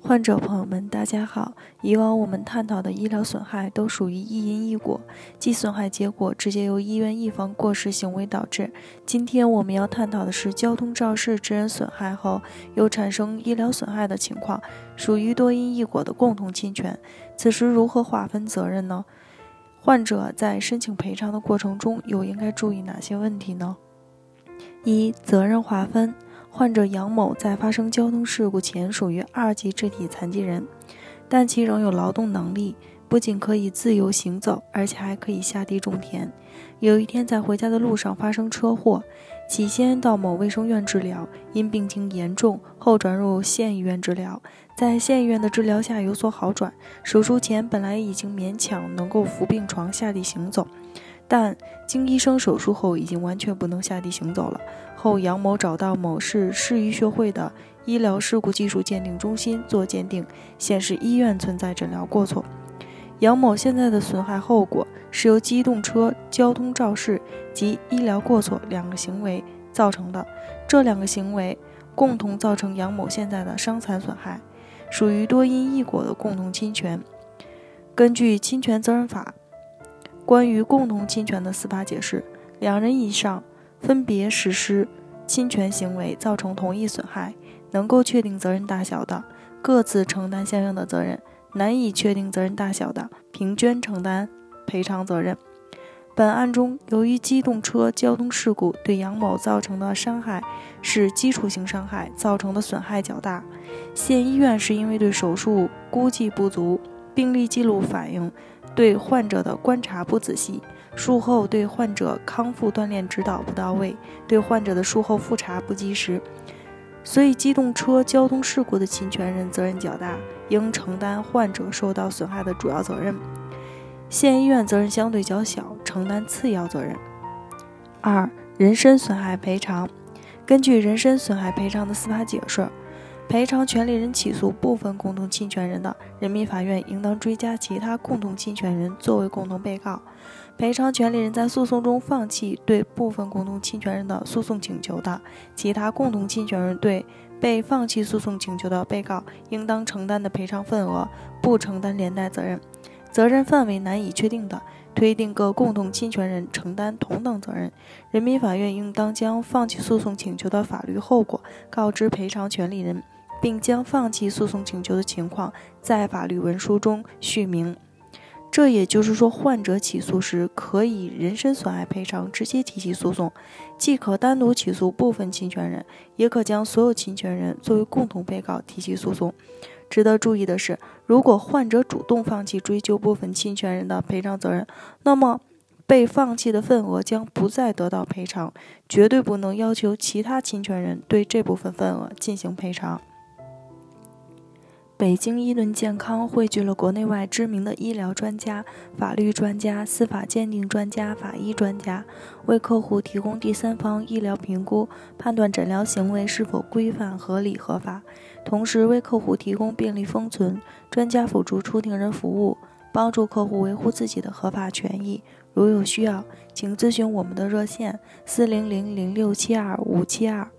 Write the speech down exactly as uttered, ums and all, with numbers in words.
患者朋友们，大家好。以往我们探讨的医疗损害都属于一因一果，即损害结果直接由医院一方过失行为导致。今天我们要探讨的是交通肇事致人损害后又产生医疗损害的情况，属于多因一果的共同侵权。此时如何划分责任呢？患者在申请赔偿的过程中又应该注意哪些问题呢？一、责任划分。患者杨某在发生交通事故前属于二级肢体残疾人，但其仍有劳动能力，不仅可以自由行走，而且还可以下地种田。有一天在回家的路上发生车祸，起先到某卫生院治疗，因病情严重，后转入县医院治疗。在县医院的治疗下有所好转，手术前本来已经勉强能够扶病床下地行走，但经医生手术后已经完全不能下地行走了。后杨某找到某市市医学会的医疗事故技术鉴定中心做鉴定，显示医院存在诊疗过错。杨某现在的损害后果是由机动车交通肇事及医疗过错两个行为造成的，这两个行为共同造成杨某现在的伤残损害，属于多因一果的共同侵权。根据侵权责任法关于共同侵权的司法解释，两人以上分别实施侵权行为造成同一损害，能够确定责任大小的，各自承担相应的责任；难以确定责任大小的，平均承担赔偿责任。本案中，由于机动车交通事故对杨某造成的伤害是基础性伤害，造成的损害较大，县医院是因为对手术估计不足，病历记录反映对患者的观察不仔细，术后对患者康复锻炼指导不到位，对患者的术后复查不及时，所以机动车交通事故的侵权人责任较大，应承担患者受到损害的主要责任。县医院责任相对较小，承担次要责任。二、人身损害赔偿。根据人身损害赔偿的司法解释，赔偿权利人起诉部分共同侵权人的，人民法院应当追加其他共同侵权人作为共同被告。赔偿权利人在诉讼中放弃对部分共同侵权人的诉讼请求的，其他共同侵权人对被放弃诉讼请求的被告应当承担的赔偿份额，不承担连带责任。责任范围难以确定的，推定各共同侵权人承担同等责任。人民法院应当将放弃诉讼请求的法律后果告知赔偿权利人，并将放弃诉讼请求的情况在法律文书中续明。这也就是说，患者起诉时可以人身损害赔偿直接提起诉讼，既可单独起诉部分侵权人，也可将所有侵权人作为共同被告提起诉讼。值得注意的是，如果患者主动放弃追究部分侵权人的赔偿责任，那么被放弃的份额将不再得到赔偿，绝对不能要求其他侵权人对这部分份额进行赔偿。北京医盾健康汇聚了国内外知名的医疗专家、法律专家、司法鉴定专家、法医专家，为客户提供第三方医疗评估，判断诊疗行为是否规范、合理、合法，同时为客户提供病历封存、专家辅助出庭人服务，帮助客户维护自己的合法权益。如有需要，请咨询我们的热线四零零零六七二五七二。